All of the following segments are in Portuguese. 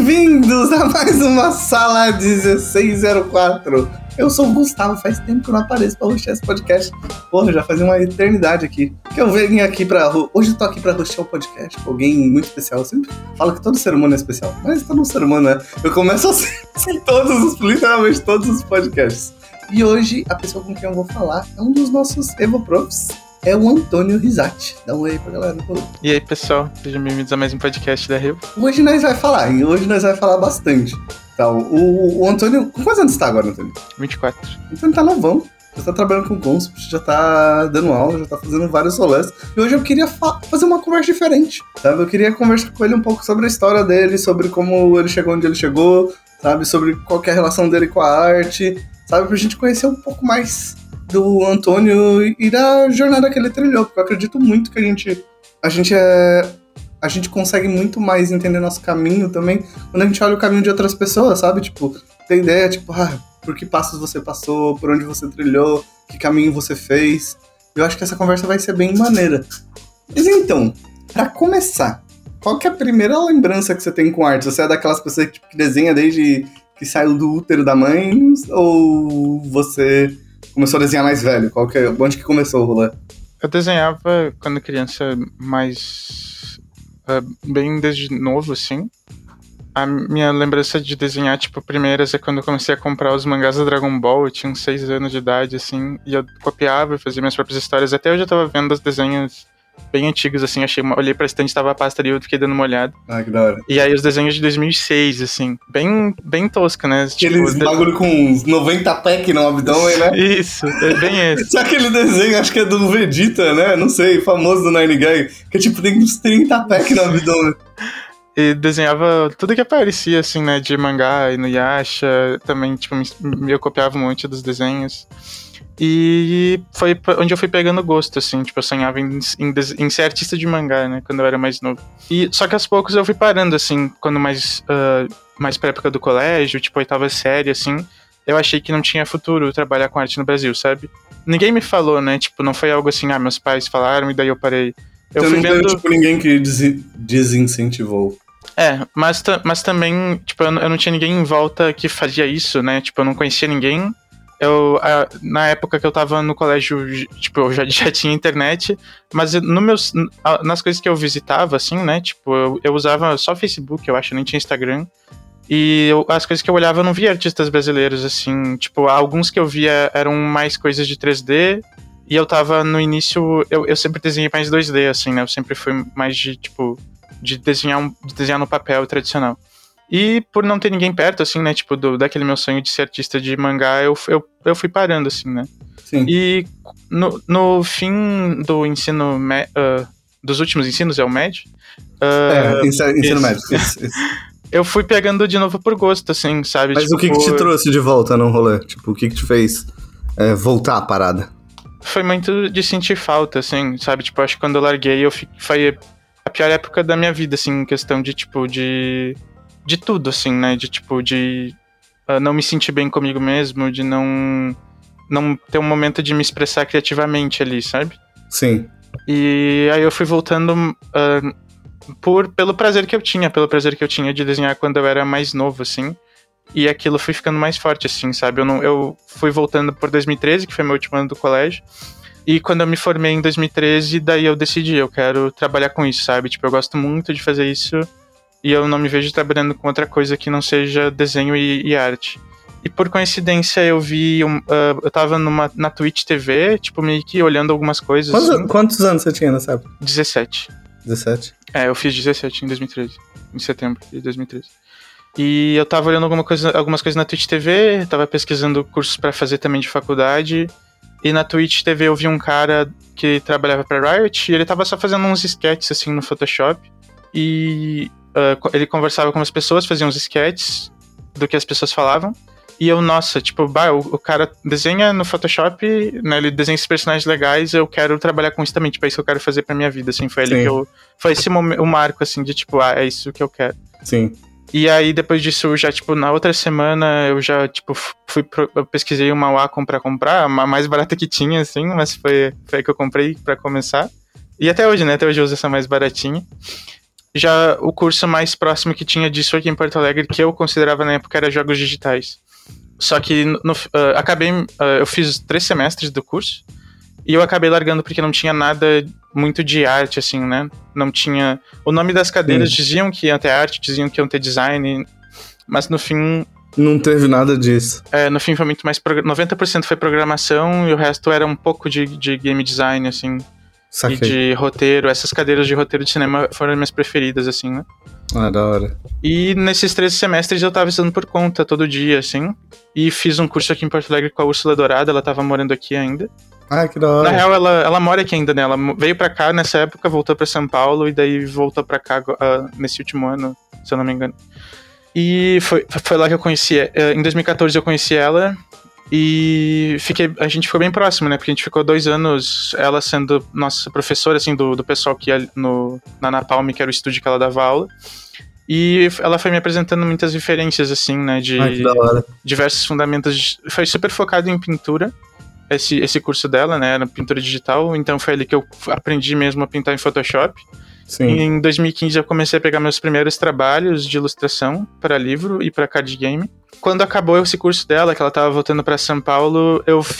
Bem-vindos a mais uma Sala 1604. Eu sou o Gustavo, faz tempo que eu não apareço pra hostear esse podcast. Porra, já fazia uma eternidade aqui. Que eu venho aqui pra... Hoje eu tô aqui pra hostear o podcast com alguém muito especial. Eu sempre falo que todo ser humano é especial, mas todo ser humano é. Eu começo assim literalmente todos os podcasts. E hoje, a pessoa com quem eu vou falar é um dos nossos Evoprofs. É o Antônio Risati. Dá um oi pra galera. E aí, pessoal, sejam bem-vindos a mais um podcast da Rio. Hoje nós vai falar bastante. Então, o Antônio... Quantos anos você tá agora, Antônio? 24. Então ele tá novão. Já tá trabalhando com Consp, já tá dando aula, já tá fazendo vários rolês. E hoje eu queria fazer uma conversa diferente, sabe? Eu queria conversar com ele um pouco sobre a história dele, sobre como ele chegou onde ele chegou, sabe? Sobre qual que é a relação dele com a arte, sabe? Pra gente conhecer um pouco mais do Antônio e da jornada que ele trilhou, porque eu acredito muito que a gente consegue muito mais entender nosso caminho também quando a gente olha o caminho de outras pessoas, sabe? Tipo, tem ideia, tipo, por que passos você passou, por onde você trilhou, que caminho você fez. Eu acho que essa conversa vai ser bem maneira. Mas então, pra começar, qual que é a primeira lembrança que você tem com arte? Você é daquelas pessoas que desenha desde que saiu do útero da mãe, ou você começou a desenhar mais velho? Onde que começou o rolê? Eu desenhava quando criança, mas bem desde novo, assim. A minha lembrança de desenhar, tipo, primeiras é quando eu comecei a comprar os mangás da Dragon Ball. Eu tinha uns 6 anos de idade, assim, e eu copiava e fazia minhas próprias histórias. Até hoje eu tava vendo os desenhos bem antigos, assim, olhei pra estante, tava a pasta ali, eu fiquei dando uma olhada. Ah, que da hora. E aí os desenhos de 2006, assim, bem tosco, né? Aqueles tipo, bagulho com uns 90 pack no abdômen, né? Isso, é bem esse. Só aquele desenho, acho que é do Vegeta, né? Não sei, famoso do Nine Guy, que tipo, tem uns 30 pack no abdômen. E desenhava tudo que aparecia, assim, né, de mangá e no Yasha, também, tipo, eu copiava um monte dos desenhos. E foi onde eu fui pegando gosto, assim, tipo, eu sonhava em ser artista de mangá, né, quando eu era mais novo. E só que aos poucos eu fui parando, assim, quando mais pra época do colégio, tipo, oitava série, assim, eu achei que não tinha futuro trabalhar com arte no Brasil, sabe? Ninguém me falou, né, tipo, não foi algo assim, meus pais falaram e daí eu parei. Você não teve, tipo, ninguém que desincentivou. Mas também, tipo, eu não tinha ninguém em volta que fazia isso, né? Tipo, eu não conhecia ninguém. Na época que eu tava no colégio, tipo, eu já tinha internet, mas nas coisas que eu visitava, assim, né? Tipo, eu usava só Facebook, eu acho, nem tinha Instagram. E as coisas que eu olhava, eu não via artistas brasileiros, assim. Tipo, alguns que eu via eram mais coisas de 3D. E eu tava no início, eu sempre desenhei mais 2D, assim, né? Eu sempre fui mais de, tipo, de desenhar no papel tradicional. E por não ter ninguém perto, assim, né, tipo, daquele meu sonho de ser artista de mangá, eu fui parando, assim, né. Sim. E no fim do ensino, dos últimos ensinos, é o médio? Ensino médio, isso. Eu fui pegando de novo por gosto, assim, sabe? Mas tipo, o que te trouxe de volta no rolê? Tipo, o que te fez voltar à parada? Foi muito de sentir falta, assim, sabe? Tipo, acho que quando eu larguei, foi a pior época da minha vida, assim, em questão de, tipo, de tudo, assim, né? De, tipo, de não me sentir bem comigo mesmo, de não ter um momento de me expressar criativamente ali, sabe? Sim. E aí eu fui voltando pelo prazer que eu tinha de desenhar quando eu era mais novo, assim. E aquilo foi ficando mais forte, assim, sabe? Eu fui voltando por 2013, que foi meu último ano do colégio. E quando eu me formei em 2013, daí eu decidi, eu quero trabalhar com isso, sabe? Tipo, eu gosto muito de fazer isso e eu não me vejo trabalhando com outra coisa que não seja desenho e arte. E por coincidência eu vi, eu tava na Twitch TV, tipo, meio que olhando algumas coisas. Quantos anos você tinha nessa época? 17. 17? Eu fiz 17 em 2013, em setembro de 2013. E eu tava olhando algumas coisas na Twitch TV, tava pesquisando cursos pra fazer também de faculdade. E na Twitch TV eu vi um cara que trabalhava pra Riot e ele tava só fazendo uns sketches assim no Photoshop. E ele conversava com as pessoas, fazia uns sketches do que as pessoas falavam. E eu, nossa, tipo, o cara desenha no Photoshop, né, ele desenha esses personagens legais, eu quero trabalhar com isso também, tipo, é isso que eu quero fazer pra minha vida, assim, foi ali que foi esse o marco, assim, de tipo, é isso que eu quero. Sim. E aí, depois disso, já, tipo, na outra semana, eu já, tipo, eu pesquisei uma Wacom pra comprar, a mais barata que tinha, assim, mas foi aí que eu comprei pra começar. E até hoje, né, até hoje eu uso essa mais baratinha. Já o curso mais próximo que tinha disso aqui em Porto Alegre, que eu considerava na época, era jogos digitais. Só que eu fiz 3 semestres do curso, e eu acabei largando porque não tinha nada muito de arte, assim, né? Não tinha... O nome das cadeiras diziam que iam ter arte, diziam que iam ter design, mas no fim... Não teve nada disso. No fim foi muito mais... 90% foi programação e o resto era um pouco de game design, assim. Saquei. E de roteiro. Essas cadeiras de roteiro de cinema foram as minhas preferidas, assim, né? Ah, da hora. E nesses 3 semestres eu tava estudando por conta, todo dia, assim. E fiz um curso aqui em Porto Alegre com a Úrsula Dourada, ela tava morando aqui ainda. Ah, que da hora. Na real, ela mora aqui ainda, né? Ela veio pra cá nessa época, voltou pra São Paulo e daí voltou pra cá nesse último ano, se eu não me engano. E foi lá que eu conheci. Em 2014 eu conheci ela e a gente ficou bem próximo, né? Porque a gente ficou 2 anos, ela sendo nossa professora, assim, do pessoal que ia na Napalm, que era o estúdio que ela dava aula. E ela foi me apresentando muitas referências, assim, né? De diversos fundamentos. Foi super focado em pintura. Esse curso dela, né, era pintura digital, então foi ali que eu aprendi mesmo a pintar em Photoshop. Sim. E em 2015 eu comecei a pegar meus primeiros trabalhos de ilustração para livro e para card game. Quando acabou esse curso dela, que ela tava voltando para São Paulo,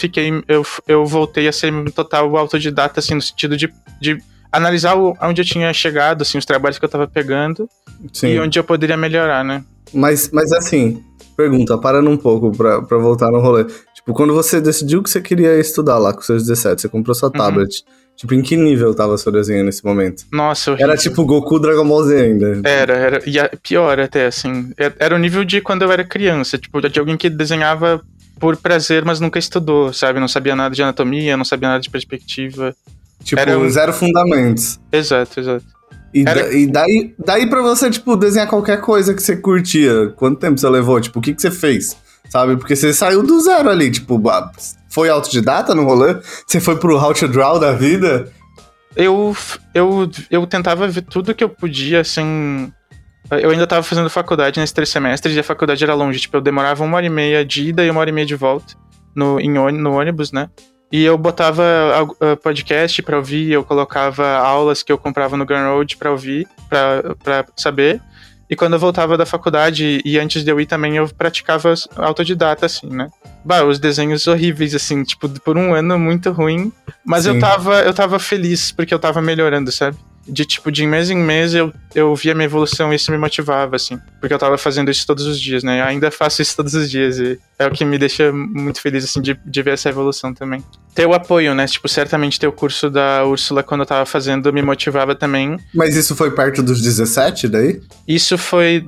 eu voltei a ser um total autodidata, assim, no sentido de analisar onde eu tinha chegado, assim, os trabalhos que eu tava pegando. Sim. E onde eu poderia melhorar, né? Mas assim, pergunta, parando um pouco pra voltar no rolê. Tipo, quando você decidiu que você queria estudar lá com seus 17, você comprou sua tablet. Tipo, em que nível tava seu desenho nesse momento? Nossa, horrível. Era tipo Goku Dragon Ball Z ainda. Era. E pior até, assim. Era o nível de quando eu era criança. Tipo, de alguém que desenhava por prazer, mas nunca estudou, sabe? Não sabia nada de anatomia, não sabia nada de perspectiva. Tipo, zero fundamentos. Exato. E daí pra você, tipo, desenhar qualquer coisa que você curtia, quanto tempo você levou? Tipo, o que você fez? Sabe? Porque você saiu do zero ali, tipo, foi autodidata no rolê? Você foi pro How to Draw da vida? Eu tentava ver tudo que eu podia, assim... Eu ainda tava fazendo faculdade nesses 3 semestres e a faculdade era longe. Tipo, eu demorava 1h30 de ida e 1h30 de volta no ônibus, né? E eu botava podcast pra ouvir, eu colocava aulas que eu comprava no Gumroad pra ouvir, pra saber. E quando eu voltava da faculdade e antes de eu ir também, eu praticava autodidata, assim, né? Os desenhos horríveis, assim, tipo, por um ano muito ruim. Mas eu tava feliz porque eu tava melhorando, sabe? De mês em mês eu via minha evolução e isso me motivava, assim. Porque eu tava fazendo isso todos os dias, né? Eu ainda faço isso todos os dias e é o que me deixa muito feliz, assim, de ver essa evolução também. Ter o apoio, né? Tipo, certamente ter o curso da Úrsula quando eu tava fazendo me motivava também. Mas isso foi perto dos 17 daí? Isso foi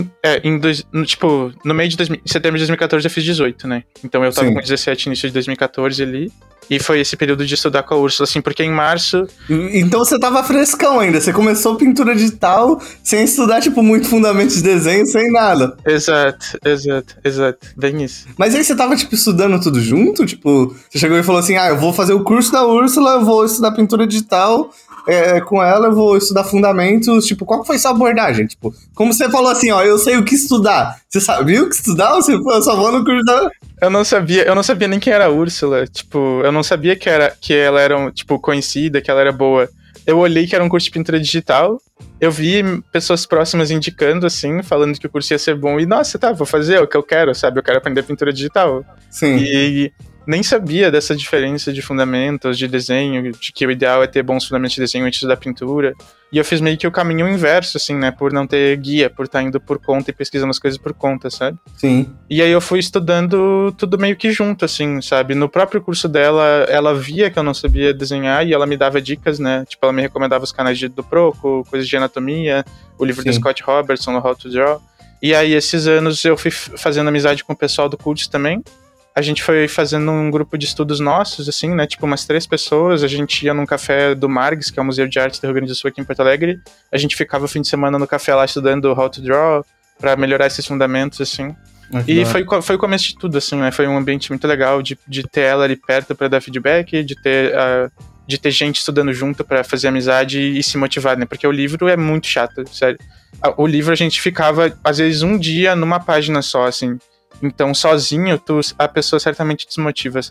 no meio de setembro de 2014 eu fiz 18, né? Então eu tava com 17 início de 2014 ali. E foi esse período de estudar com a Úrsula, assim, porque em março... Então você tava frescão ainda, você começou pintura digital sem estudar, tipo, muito fundamento de desenho, sem nada. Exato, bem isso. Mas aí você tava, tipo, estudando tudo junto? Tipo, você chegou e falou assim, eu vou fazer o curso da Úrsula, eu vou estudar pintura digital... com ela eu vou estudar fundamentos, tipo, qual foi sua abordagem? Tipo, como você falou assim, eu sei o que estudar. Você sabia o que estudar ou você só vou no curso da... Eu não sabia nem quem era a Úrsula, tipo, eu não sabia que ela era, tipo, conhecida, que ela era boa. Eu olhei que era um curso de pintura digital, eu vi pessoas próximas indicando, assim, falando que o curso ia ser bom, e nossa, vou fazer o que eu quero, sabe? Eu quero aprender pintura digital. Sim. E nem sabia dessa diferença de fundamentos, de desenho, de que o ideal é ter bons fundamentos de desenho antes da pintura. E eu fiz meio que o caminho inverso, assim, né? Por não ter guia, por estar indo por conta e pesquisando as coisas por conta, sabe? Sim. E aí eu fui estudando tudo meio que junto, assim, sabe? No próprio curso dela, ela via que eu não sabia desenhar e ela me dava dicas, né? Tipo, ela me recomendava os canais do Proco, coisas de anatomia, o livro do Scott Robertson, no How to Draw. E aí, esses anos, eu fui fazendo amizade com o pessoal do curso também. A gente foi fazendo um grupo de estudos nossos, assim, né? Tipo, umas 3 pessoas. A gente ia num café do Margs, que é o Museu de Arte do Rio Grande do Sul aqui em Porto Alegre. A gente ficava o fim de semana no café lá estudando How to Draw, pra melhorar esses fundamentos, assim. E foi o começo de tudo, assim, né? Foi um ambiente muito legal de ter ela ali perto pra dar feedback, de ter gente estudando junto pra fazer amizade e se motivar, né? Porque o livro é muito chato, sério. O livro a gente ficava, às vezes, um dia numa página só, assim. Então, sozinho, a pessoa certamente desmotiva, sabe?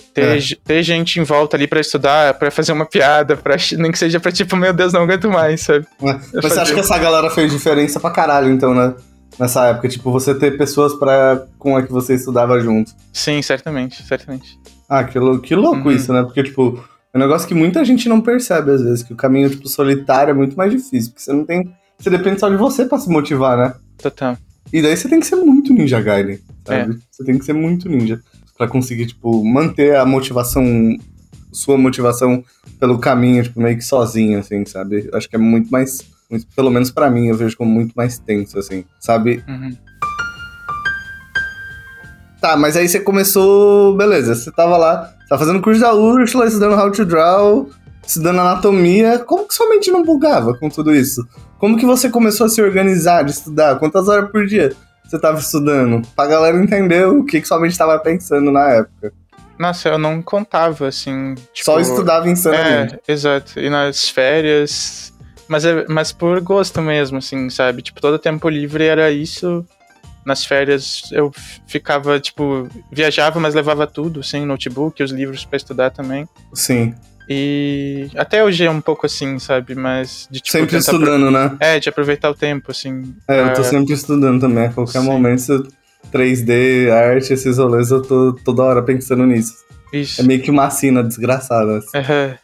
ter gente em volta ali pra estudar, pra fazer uma piada, nem que seja pra tipo, meu Deus, não aguento mais, sabe? Mas você acha que essa galera fez diferença pra caralho, então, né? Nessa época, tipo, você ter pessoas com a que você estudava junto. Sim, certamente. Ah, que louco isso, né? Porque, tipo, é um negócio que muita gente não percebe, às vezes, que o caminho, tipo, solitário é muito mais difícil, porque você não tem... Você depende só de você pra se motivar, né? Total. E daí você tem que ser muito Ninja Gaiden, sabe? Você tem que ser muito ninja pra conseguir, tipo, manter a motivação, sua motivação pelo caminho, tipo, meio que sozinho, assim, sabe? Acho que é muito mais... Pelo menos pra mim, eu vejo como muito mais tenso, assim, sabe? Tá, mas aí você começou... Beleza, você tava lá, tava fazendo curso da Ursula, estudando How to Draw, estudando anatomia. Como que sua mente não bugava com tudo isso? Como que você começou a se organizar, de estudar? Quantas horas por dia você tava estudando? Pra galera entender o que sua mente tava pensando na época. Nossa, eu não contava, assim... Tipo, só estudava insanamente. Exato. E nas férias... Mas por gosto mesmo, assim, sabe? Tipo, todo tempo livre era isso. Nas férias eu ficava, tipo, viajava, mas levava tudo, assim, notebook, os livros pra estudar também. Sim. E até hoje é um pouco assim, sabe? Mas de tipo, sempre estudando, né? De aproveitar o tempo, assim. Eu tô sempre estudando também. A qualquer momento, 3D, arte, esses rolês, eu tô toda hora pensando nisso. Isso. É meio que uma sina desgraçada. Assim.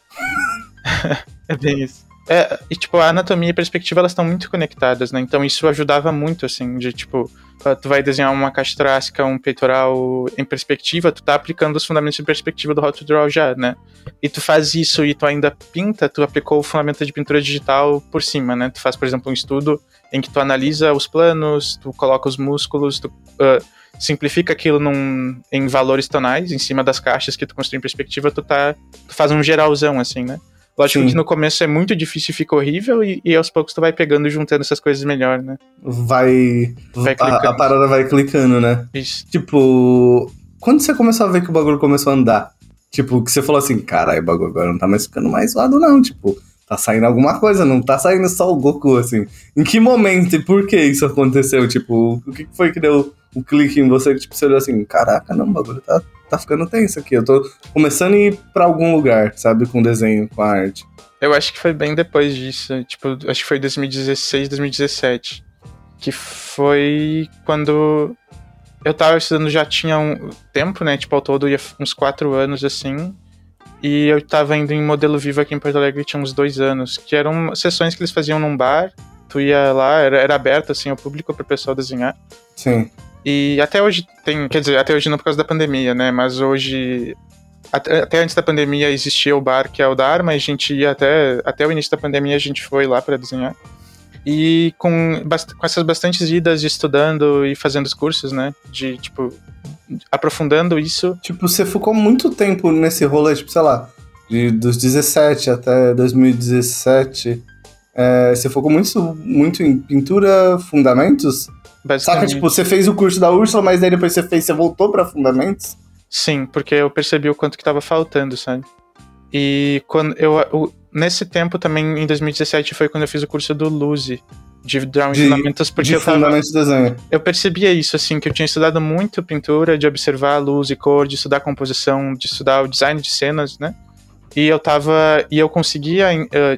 É bem isso. E tipo, a anatomia e a perspectiva, elas estão muito conectadas, né? Então isso ajudava muito, assim, de tipo, tu vai desenhar uma caixa torácica, um peitoral em perspectiva, tu tá aplicando os fundamentos de perspectiva do How to Draw já, né? E tu faz isso e tu ainda pinta, tu aplicou o fundamento de pintura digital por cima, né? Tu faz, por exemplo, um estudo em que tu analisa os planos, tu coloca os músculos, tu simplifica aquilo em valores tonais, em cima das caixas que tu construiu em perspectiva, tu faz um geralzão, assim, né? Lógico Sim. que no começo é muito difícil e fica horrível, e aos poucos tu vai pegando e juntando essas coisas melhor, né? Vai a parada vai clicando, né? Isso. Tipo, quando você começou a ver que o bagulho começou a andar? Tipo, que você falou assim, caralho, o bagulho agora não tá mais ficando mais zoado não, tipo, tá saindo alguma coisa, não tá saindo só o Goku, assim. Em que momento e por que isso aconteceu? Tipo, o que foi que deu o clique em você que tipo, você olhou assim, caraca, não, o bagulho tá ficando tenso aqui. Eu tô começando a ir pra algum lugar, sabe? Com desenho, com a arte. Eu acho que foi bem depois disso. Tipo, acho que foi 2016, 2017. Que foi quando eu tava estudando já tinha um tempo, né? Tipo, ao todo ia uns 4 anos, assim. E eu tava indo em Modelo Vivo aqui em Porto Alegre tinha uns 2 anos. Que eram sessões que eles faziam num bar. Tu ia lá, era aberto, assim, ao público pro pessoal desenhar. Sim. E até hoje tem, quer dizer, até hoje não por causa da pandemia, né, mas hoje, até antes da pandemia existia o bar que é o Dharma, e a gente ia até o início da pandemia a gente foi lá para desenhar. E com essas bastantes idas estudando e fazendo os cursos, né, de, tipo, aprofundando isso. Tipo, você ficou muito tempo nesse rolê, tipo, sei lá, dos 17 até 2017, você focou muito em pintura, fundamentos? Saca, tipo, você fez o curso da Ursula, mas daí depois você voltou pra fundamentos? Sim, porque eu percebi o quanto que tava faltando, sabe? E quando nesse tempo também, em 2017, foi quando eu fiz o curso do Luzi, de Drawing Fundamentos, porque de fundamentos de desenho. Eu percebia isso, assim, que eu tinha estudado muito pintura, de observar a luz e cor, de estudar composição, de estudar o design de cenas, né? E eu conseguia,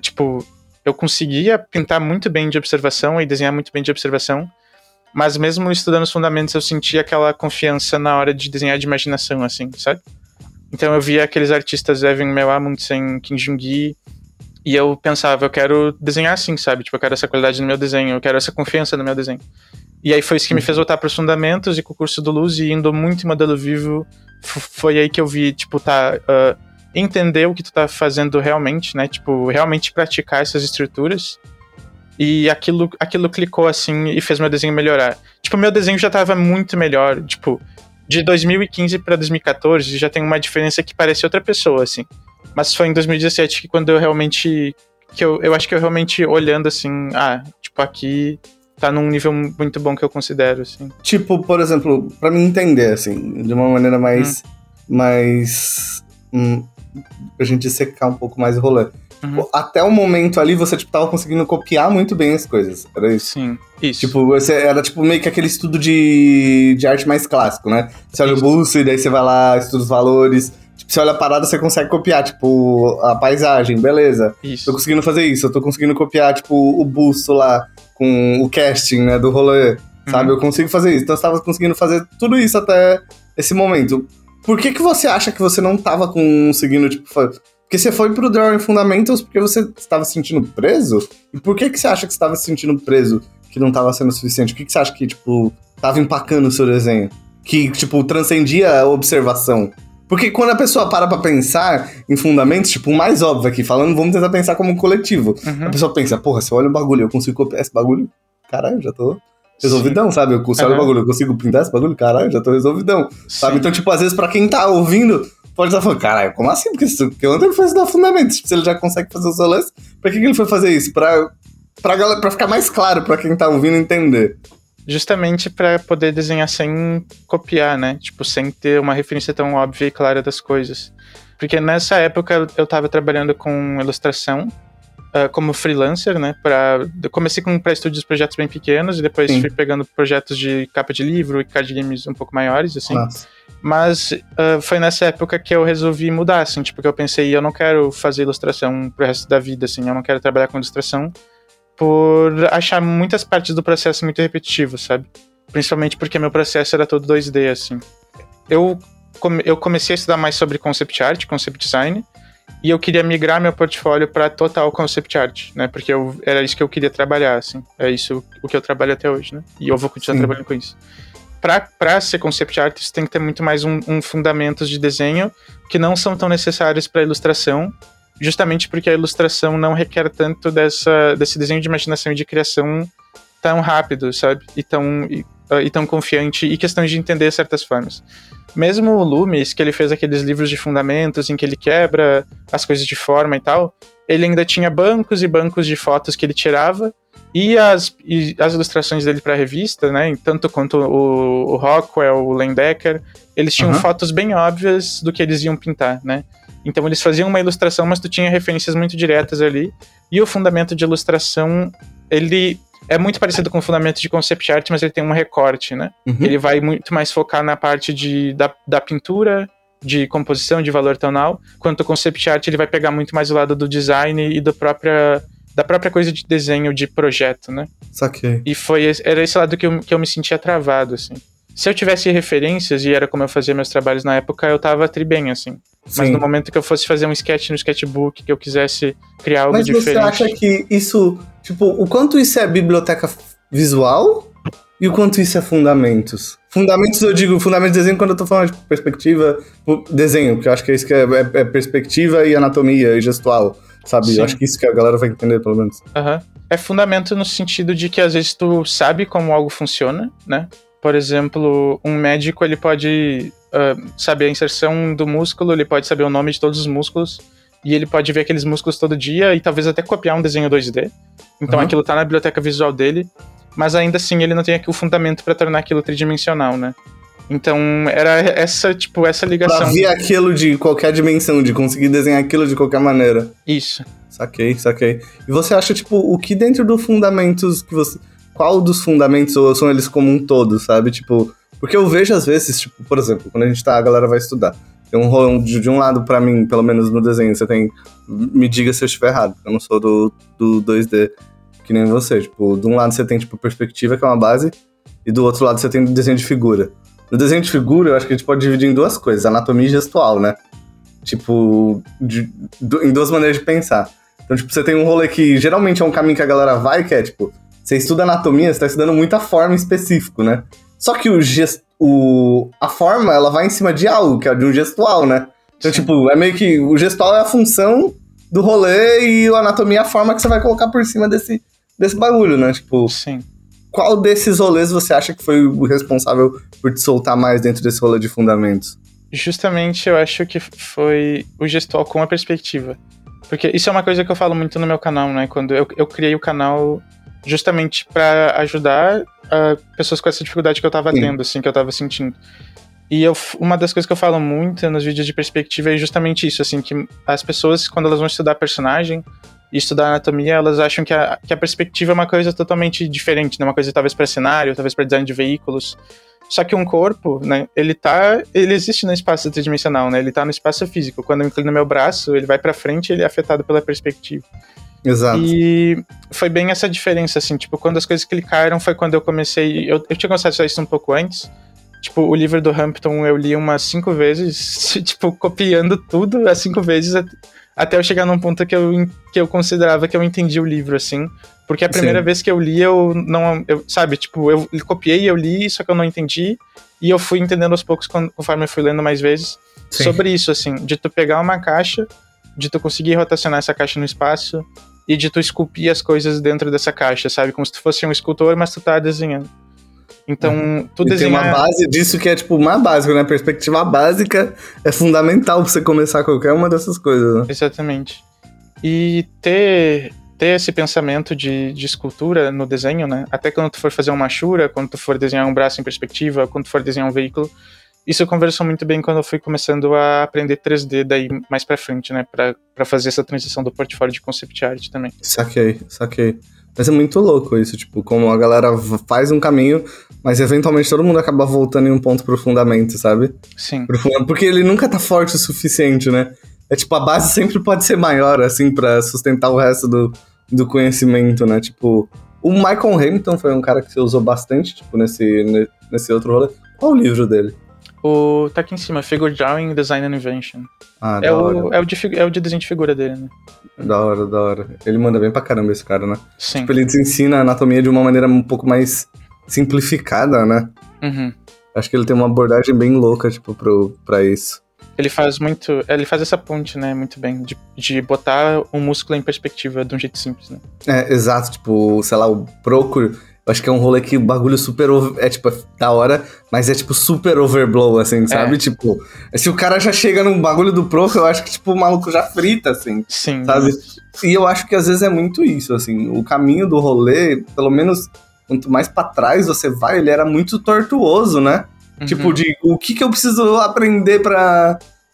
eu conseguia pintar muito bem de observação e desenhar muito bem de observação, mas mesmo estudando os fundamentos eu sentia aquela confiança na hora de desenhar de imaginação, assim, sabe? Então eu via aqueles artistas Evan Mel Amundsen, Kim Jung-gi, e eu pensava, eu quero desenhar assim, sabe? Tipo, eu quero essa qualidade no meu desenho, eu quero essa confiança no meu desenho. E aí foi isso que me fez voltar para os fundamentos, e com o curso do Luz, e indo muito em modelo vivo, foi aí que eu vi, tipo, entender o que tu tá fazendo realmente, né? Tipo, realmente praticar essas estruturas. E aquilo clicou, assim, e fez meu desenho melhorar. Tipo, meu desenho já tava muito melhor. Tipo, de 2015 pra 2014 já tem uma diferença que parece outra pessoa, assim. Mas foi em 2017 que quando eu realmente... eu acho que eu realmente olhando, assim... tipo, aqui tá num nível muito bom que eu considero, assim. Tipo, por exemplo, pra me entender, assim, de uma maneira mais... pra gente secar um pouco mais o rolê. Até o momento ali, você, tipo, tava conseguindo copiar muito bem as coisas, era isso? Sim, isso. Tipo, você era, tipo, meio que aquele estudo de arte mais clássico, né? Você olha o busto e daí você vai lá, estuda os valores, Tipo, você olha a parada, você consegue copiar, tipo, a paisagem, beleza. Isso. Tô conseguindo fazer isso, eu tô conseguindo copiar, tipo, o busto lá, com o casting, né, do rolê, sabe? Eu consigo fazer isso. Então você tava conseguindo fazer tudo isso até esse momento. Por que você acha que você não tava conseguindo, tipo, porque você foi pro Drawing Fundamentals porque você estava se sentindo preso? E por que você acha que você estava se sentindo preso, que não tava sendo suficiente? O que você acha que, tipo, tava empacando o seu desenho? Que, tipo, transcendia a observação? Porque quando a pessoa para pra pensar em fundamentos, tipo, o mais óbvio aqui, falando, vamos tentar pensar como um coletivo. A pessoa pensa, porra, se eu olho o bagulho, eu consigo copiar esse bagulho? Caralho, já tô resolvidão, sabe? Se eu olho o bagulho, eu consigo pintar esse bagulho? Caralho, já tô resolvidão, sabe? Então, tipo, às vezes pra quem tá ouvindo, pode estar falando, caralho, como assim? Porque ontem ele foi estudar fundamentos. Tipo, se ele já consegue fazer os rolês, pra que ele foi fazer isso? Pra ficar mais claro pra quem tá ouvindo entender. Justamente pra poder desenhar sem copiar, né? Tipo, sem ter uma referência tão óbvia e clara das coisas. Porque nessa época eu tava trabalhando com ilustração como freelancer, né? Eu comecei pra estúdios projetos bem pequenos e depois fui pegando projetos de capa de livro e card games um pouco maiores, assim. Nossa. Mas foi nessa época que eu resolvi mudar, assim, tipo, que eu pensei, eu não quero fazer ilustração pro resto da vida, assim, eu não quero trabalhar com ilustração por achar muitas partes do processo muito repetitivas, sabe? Principalmente porque meu processo era todo 2D, assim. Eu comecei a estudar mais sobre concept art, concept design, e eu queria migrar meu portfólio para total concept art, né? Porque era isso que eu queria trabalhar, assim. É isso o que eu trabalho até hoje, né? E eu vou continuar trabalhando com isso. Pra ser concept art, você tem que ter muito mais fundamentos de desenho que não são tão necessários para ilustração, justamente porque a ilustração não requer tanto desse desenho de imaginação e de criação tão rápido, sabe? E tão confiante, e questões de entender certas formas. Mesmo o Loomis, que ele fez aqueles livros de fundamentos em que ele quebra as coisas de forma e tal, ele ainda tinha bancos e bancos de fotos que ele tirava, e as ilustrações dele para a revista, né, tanto quanto o Rockwell, o Lendecker, eles tinham fotos bem óbvias do que eles iam pintar, né? Então eles faziam uma ilustração, mas tu tinha referências muito diretas ali, e o fundamento de ilustração, ele é muito parecido com o fundamento de concept art, mas ele tem um recorte, né? Ele vai muito mais focar na parte da pintura, de composição, de valor tonal, quanto o concept art ele vai pegar muito mais o lado do design e da própria coisa de desenho, de projeto, né? Saquei. E era esse lado que eu me sentia travado, assim. Se eu tivesse referências, e era como eu fazia meus trabalhos na época, eu tava bem, assim. Sim. Mas no momento que eu fosse fazer um sketch no sketchbook, que eu quisesse criar algo diferente... Mas você acha que isso... Tipo, o quanto isso é biblioteca visual e o quanto isso é fundamentos? Fundamentos, eu digo, fundamentos de desenho quando eu tô falando de perspectiva, desenho, porque eu acho que é isso que é perspectiva e anatomia e gestual, sabe? Sim. Eu acho que isso que a galera vai entender, pelo menos. É fundamento no sentido de que às vezes tu sabe como algo funciona, né? Por exemplo, um médico, ele pode saber a inserção do músculo, ele pode saber o nome de todos os músculos, e ele pode ver aqueles músculos todo dia e talvez até copiar um desenho 2D. Então aquilo tá na biblioteca visual dele, mas ainda assim ele não tem aqui o fundamento para tornar aquilo tridimensional, né? Então era essa ligação. Pra ver aquilo de qualquer dimensão, de conseguir desenhar aquilo de qualquer maneira. Isso. Saquei. E você acha, tipo, o que dentro dos fundamentos que você... Qual dos fundamentos, ou são eles como um todo, sabe? Tipo, porque eu vejo às vezes, tipo, por exemplo, quando a galera vai estudar, tem um rolão de um lado pra mim, pelo menos no desenho, você tem, me diga se eu estiver errado, eu não sou do 2D que nem você, tipo, de um lado você tem, tipo, perspectiva, que é uma base, e do outro lado você tem desenho de figura. No desenho de figura, eu acho que a gente pode dividir em duas coisas, anatomia e gestual, né? Tipo, em duas maneiras de pensar. Então, tipo, você tem um rolê que geralmente é um caminho que a galera vai, que é, tipo, você estuda anatomia, você tá estudando muita forma em específico, né? Só que a forma, ela vai em cima de algo, que é de um gestual, né? Então, tipo, é meio que o gestual é a função do rolê e a anatomia é a forma que você vai colocar por cima desse bagulho, né? Tipo, sim. Qual desses rolês você acha que foi o responsável por te soltar mais dentro desse rolê de fundamentos? Justamente, eu acho que foi o gestual com a perspectiva. Porque isso é uma coisa que eu falo muito no meu canal, né? Quando eu criei o canal justamente para ajudar pessoas com essa dificuldade que eu tava tendo, assim, que eu tava sentindo. E uma das coisas que eu falo muito nos vídeos de perspectiva é justamente isso, assim, que as pessoas, quando elas vão estudar personagem, e estudar anatomia, elas acham que a perspectiva é uma coisa totalmente diferente, né? Uma coisa talvez para cenário, talvez para design de veículos. Só que um corpo, né, ele existe no espaço tridimensional, né? Ele tá no espaço físico. Quando eu inclino meu braço, ele vai para frente, ele é afetado pela perspectiva. Exato. E foi bem essa diferença, assim, tipo, quando as coisas clicaram foi quando eu comecei... Eu tinha gostado de fazer isso um pouco antes. Tipo, o livro do Hampton eu li umas 5 vezes, tipo, copiando tudo as 5 vezes, até eu chegar num ponto que eu considerava que eu entendi o livro, assim. Porque a primeira vez que eu li, sabe, tipo, eu copiei, eu li, só que eu não entendi. E eu fui entendendo aos poucos, conforme eu fui lendo mais vezes, sobre isso, assim. De tu pegar uma caixa, de tu conseguir rotacionar essa caixa no espaço, e de tu esculpir as coisas dentro dessa caixa, sabe? Como se tu fosse um escultor, mas tu tá desenhando. Então, tu desenhar... Tem uma base disso que é, tipo, uma básica, né? A perspectiva básica é fundamental pra você começar qualquer uma dessas coisas, né? Exatamente. E ter esse pensamento de escultura no desenho, né? Até quando tu for fazer uma machura, quando tu for desenhar um braço em perspectiva, quando tu for desenhar um veículo, isso conversou muito bem quando eu fui começando a aprender 3D daí mais pra frente, né? Pra fazer essa transição do portfólio de concept art também. Saquei. Mas é muito louco isso, tipo, como a galera faz um caminho, mas eventualmente todo mundo acaba voltando em um ponto pro fundamento, sabe? Sim. Porque ele nunca tá forte o suficiente, né? É tipo, a base sempre pode ser maior, assim, pra sustentar o resto do conhecimento, né? Tipo, o Michael Hamilton foi um cara que você usou bastante, tipo, nesse outro rolê. Qual o livro dele? Tá aqui em cima, Figure Drawing, Design and Invention. Ah, é o de desenho de figura dele, né? Da hora. Ele manda bem pra caramba esse cara, né? Sim. Tipo, ele ensina a anatomia de uma maneira um pouco mais simplificada, né? Uhum. Acho que ele tem uma abordagem bem louca, tipo, pra isso. Ele faz essa ponte, né, muito bem, de botar um músculo em perspectiva de um jeito simples, né? É, exato, tipo, sei lá, o Procure, eu acho que é um rolê que o bagulho super, tipo, da hora, mas é tipo super overblow, assim, sabe? Tipo, se o cara já chega no bagulho do Procure, eu acho que, tipo, o maluco já frita, assim. Sim. Sabe? E eu acho que às vezes é muito isso, assim, o caminho do rolê, pelo menos quanto mais pra trás você vai, ele era muito tortuoso, né? Uhum. Tipo, de o que eu preciso aprender pra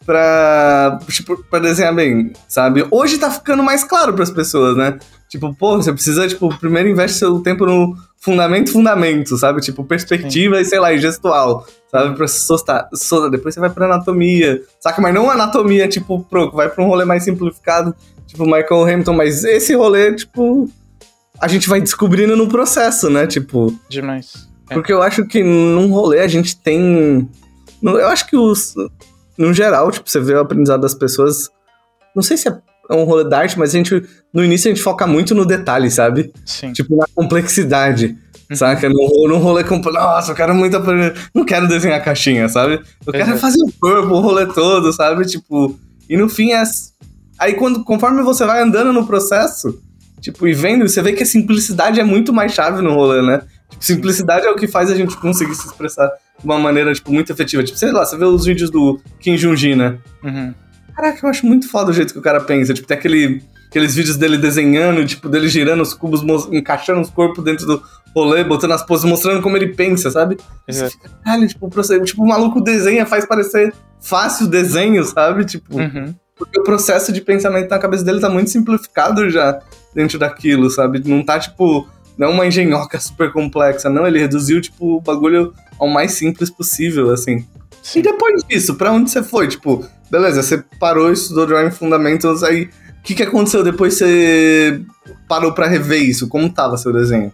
desenhar bem, sabe? Hoje tá ficando mais claro pras pessoas, né? Tipo, pô, você precisa, tipo, primeiro investe seu tempo no fundamento, sabe? Tipo, perspectiva. Sim. E, sei lá, e gestual, sabe? Pra se soltar. Depois você vai pra anatomia, saca? Mas não anatomia, tipo, vai pra um rolê mais simplificado, tipo, Michael Hamilton, mas esse rolê, tipo, a gente vai descobrindo no processo, né? Tipo... Demais. Porque eu acho que num rolê a gente tem... Eu acho que no geral, tipo, você vê o aprendizado das pessoas... Não sei se é um rolê da arte, mas no início a gente foca muito no detalhe, sabe? Sim. Tipo, na complexidade, saca? Num rolê complexo. Nossa, eu quero muito aprender... Não quero desenhar caixinha, sabe? Eu quero fazer o corpo, o rolê todo, sabe? Tipo... E no fim é... Aí conforme você vai andando no processo, tipo, e vendo, você vê que a simplicidade é muito mais chave no rolê, né? Tipo, simplicidade é o que faz a gente conseguir se expressar de uma maneira, tipo, muito efetiva. Tipo, sei lá, você vê os vídeos do Kim Jong-un, né? Uhum. Caraca, eu acho muito foda o jeito que o cara pensa. Tipo, tem aqueles vídeos dele desenhando, tipo, dele girando os cubos, encaixando os corpos dentro do rolê, botando as poses, mostrando como ele pensa, sabe? Você fica, caralho, tipo, o maluco desenha, faz parecer fácil o desenho, sabe? Tipo, porque o processo de pensamento na cabeça dele tá muito simplificado já dentro daquilo, sabe? Não tá, tipo... Não é uma engenhoca super complexa, não. Ele reduziu, tipo, o bagulho ao mais simples possível, assim. Sim. E depois disso, pra onde você foi? Tipo, beleza, você parou, estudou Drawing Fundamentals, aí o que aconteceu depois que você parou pra rever isso? Como tava seu desenho?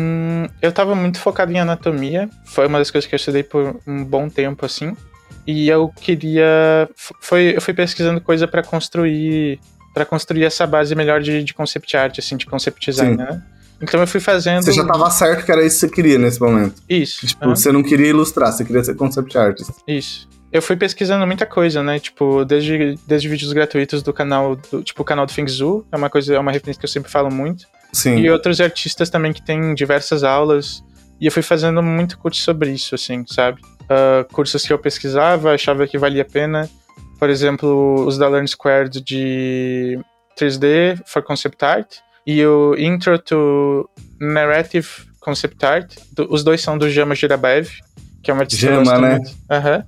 Eu tava muito focado em anatomia. Foi uma das coisas que eu estudei por um bom tempo, assim. E eu queria... Eu fui pesquisando coisa pra construir essa base melhor de concept art, assim, de concept design, né? Então eu fui fazendo... Você já tava certo que era isso que você queria nesse momento. Isso. Tipo, você não queria ilustrar, você queria ser concept artist. Isso. Eu fui pesquisando muita coisa, né? Tipo, desde vídeos gratuitos do canal, tipo o canal do Fengzu, é uma referência que eu sempre falo muito. Sim. E outros artistas também que têm diversas aulas. E eu fui fazendo muito curso sobre isso, assim, sabe? Cursos que eu pesquisava, achava que valia a pena. Por exemplo, os da Learn Squared de 3D for Concept Art. E o Intro to Narrative Concept Art, os dois são do Jama Jirabaev, que é uma artista... Jama, né? Aham.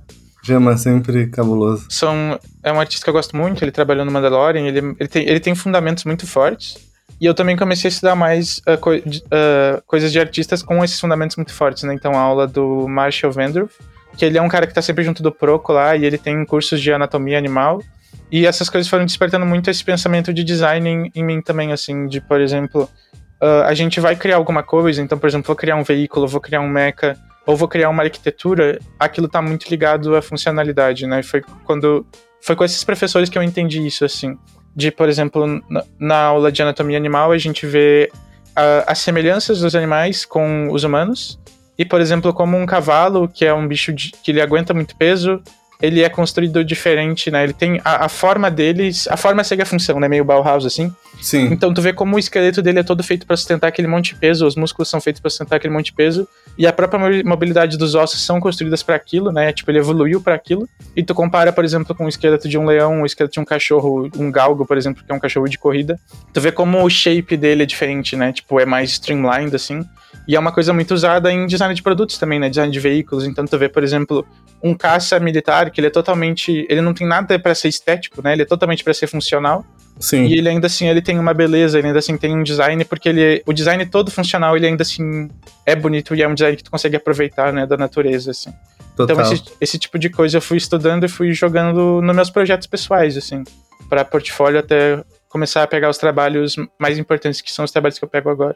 Jama sempre cabuloso. É um artista que eu gosto muito, ele trabalhou no Mandalorian, ele tem fundamentos muito fortes. E eu também comecei a estudar mais coisas de artistas com esses fundamentos muito fortes, né? Então a aula do Marshall Vandroff, que ele é um cara que tá sempre junto do Proco lá, e ele tem cursos de anatomia animal. E essas coisas foram despertando muito esse pensamento de design em mim também, assim, de, por exemplo, a gente vai criar alguma coisa, então, por exemplo, vou criar um veículo, vou criar um mecha, ou vou criar uma arquitetura, aquilo tá muito ligado à funcionalidade, né? Foi com esses professores que eu entendi isso, assim. De, por exemplo, na aula de anatomia animal, a gente vê as semelhanças dos animais com os humanos. E, por exemplo, como um cavalo, que é um bicho que ele aguenta muito peso, ele é construído diferente, né? Ele tem a forma deles, a forma segue a função, né? Meio Bauhaus, assim. Sim. Então tu vê como o esqueleto dele é todo feito pra sustentar aquele monte de peso, os músculos são feitos pra sustentar aquele monte de peso, e a própria mobilidade dos ossos são construídas pra aquilo, né? Tipo, ele evoluiu pra aquilo. E tu compara, por exemplo, com o esqueleto de um leão, o esqueleto de um cachorro, um galgo, por exemplo, que é um cachorro de corrida. Tu vê como o shape dele é diferente, né? Tipo, é mais streamlined, assim. E é uma coisa muito usada em design de produtos também, né? Design de veículos. Então tu vê, por exemplo, um caça militar, que ele não tem nada pra ser estético, né? Ele é totalmente pra ser funcional. Sim. E ele ainda assim, ele tem uma beleza, ele ainda assim tem um design, porque o design todo funcional, ele ainda assim é bonito e é um design que tu consegue aproveitar, né, da natureza, assim. Total. Então esse tipo de coisa eu fui estudando e fui jogando nos meus projetos pessoais, assim, pra portfólio até começar a pegar os trabalhos mais importantes, que são os trabalhos que eu pego agora.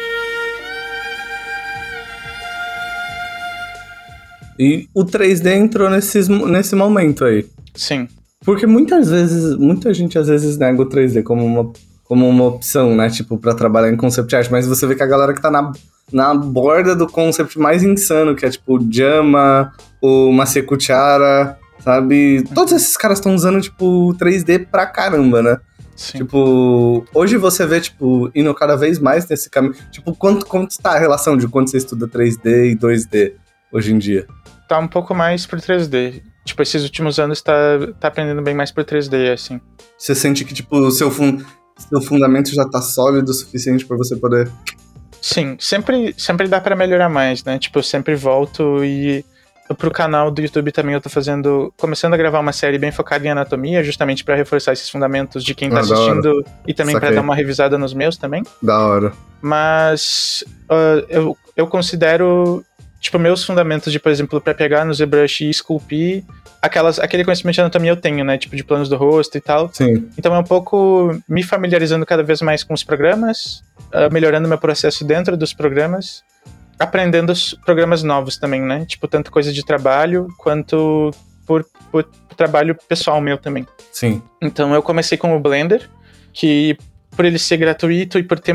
E o 3D entrou nesse momento aí. Sim. Porque muita gente às vezes nega o 3D como uma opção, né? Tipo, pra trabalhar em concept art. Mas você vê que a galera que tá na borda do concept mais insano, que é tipo o Jama, o Maseko Chara, sabe? Todos esses caras estão usando, tipo, 3D pra caramba, né? Sim. Tipo, hoje você vê, tipo, indo cada vez mais nesse caminho. Tipo, quanto tá a relação de quando você estuda 3D e 2D hoje em dia? Tá um pouco mais pro 3D. Tipo, esses últimos anos tá aprendendo bem mais pro 3D, assim. Você sente que, tipo, o seu fundamento já tá sólido o suficiente pra você poder... Sim, sempre dá pra melhorar mais, né? Tipo, eu sempre volto e... Pro canal do YouTube também eu tô começando a gravar uma série bem focada em anatomia, justamente pra reforçar esses fundamentos de quem tá assistindo e também pra dar uma revisada nos meus também. Da hora. Mas eu considero... Tipo, meus fundamentos de, por exemplo, pra pegar no ZBrush e esculpir, aquele conhecimento de anatomia eu tenho, né? Tipo, de planos do rosto e tal. Sim. Então é um pouco me familiarizando cada vez mais com os programas, melhorando meu processo dentro dos programas, aprendendo os programas novos também, né? Tipo, tanto coisa de trabalho, quanto por trabalho pessoal meu também. Sim. Então eu comecei com o Blender, que... por ele ser gratuito e por ter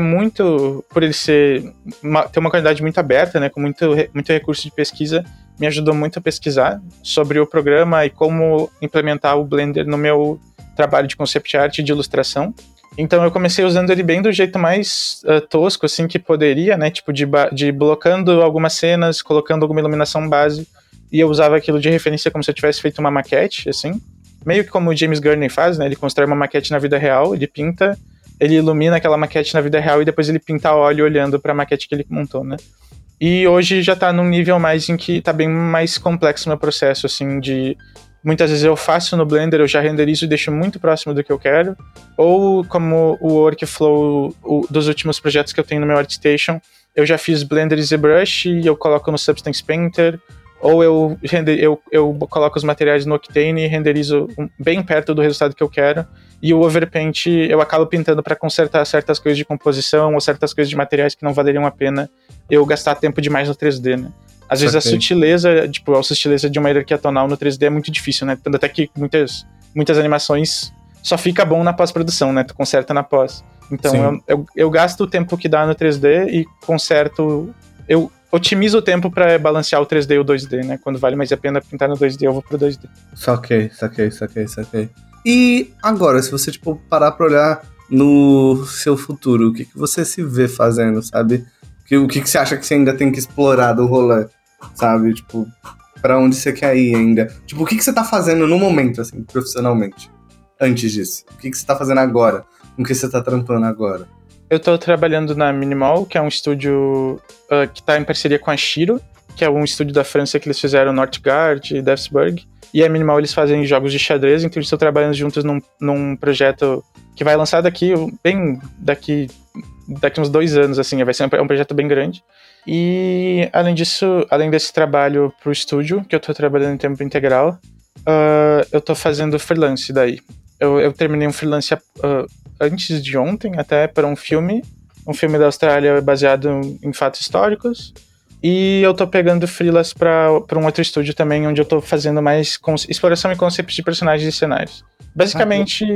ter uma qualidade muito aberta, né, com muito recurso de pesquisa, me ajudou muito a pesquisar sobre o programa e como implementar o Blender no meu trabalho de concept art e de ilustração. Então eu comecei usando ele bem do jeito mais tosco, assim, que poderia, né, tipo de blocando algumas cenas, colocando alguma iluminação base, e eu usava aquilo de referência como se eu tivesse feito uma maquete, assim, meio que como o James Gurney faz, né, ele constrói uma maquete na vida real, ele pinta, ele ilumina aquela maquete na vida real e depois ele pinta a óleo olhando pra maquete que ele montou, né? E hoje já tá num nível mais em que tá bem mais complexo o meu processo, assim, de... Muitas vezes eu faço no Blender, eu já renderizo e deixo muito próximo do que eu quero. Ou como o workflow dos últimos projetos que eu tenho no meu ArtStation, eu já fiz Blender e ZBrush e eu coloco no Substance Painter. Ou eu coloco os materiais no Octane e renderizo bem perto do resultado que eu quero. E o Overpaint eu acabo pintando para consertar certas coisas de composição ou certas coisas de materiais que não valeriam a pena eu gastar tempo demais no 3D, né? Às vezes a sutileza, tipo, a sutileza de uma hierarquia tonal no 3D é muito difícil, né? Tanto até que muitas animações só fica bom na pós-produção, né? Tu conserta na pós. Então eu gasto o tempo que dá no 3D e conserto... Eu otimizo o tempo pra balancear o 3D e o 2D, né? Quando vale mais a pena pintar no 2D, eu vou pro 2D. Saquei. E agora, se você, tipo, parar pra olhar no seu futuro, o que você se vê fazendo, sabe? O que você acha que você ainda tem que explorar do rolê, sabe? Tipo, pra onde você quer ir ainda? Tipo, o que você tá fazendo no momento, assim, profissionalmente, antes disso? O que você tá fazendo agora? Com o que você tá trampando agora? Eu tô trabalhando na Minimal, que é um estúdio que tá em parceria com a Shiro, que é um estúdio da França que eles fizeram Northgard e Deathsburg. e a Minimal eles fazem jogos de xadrez, então eles estão trabalhando juntos num projeto que vai lançar daqui uns 2 anos, assim, vai ser um projeto bem grande. E além disso, além desse trabalho pro estúdio, que eu tô trabalhando em tempo integral, eu tô fazendo freelance daí. Eu terminei um freelance antes de ontem, até para um filme da Austrália baseado em fatos históricos. E eu tô pegando freelas pra um outro estúdio também, onde eu tô fazendo mais exploração e conceitos de personagens e cenários. Basicamente,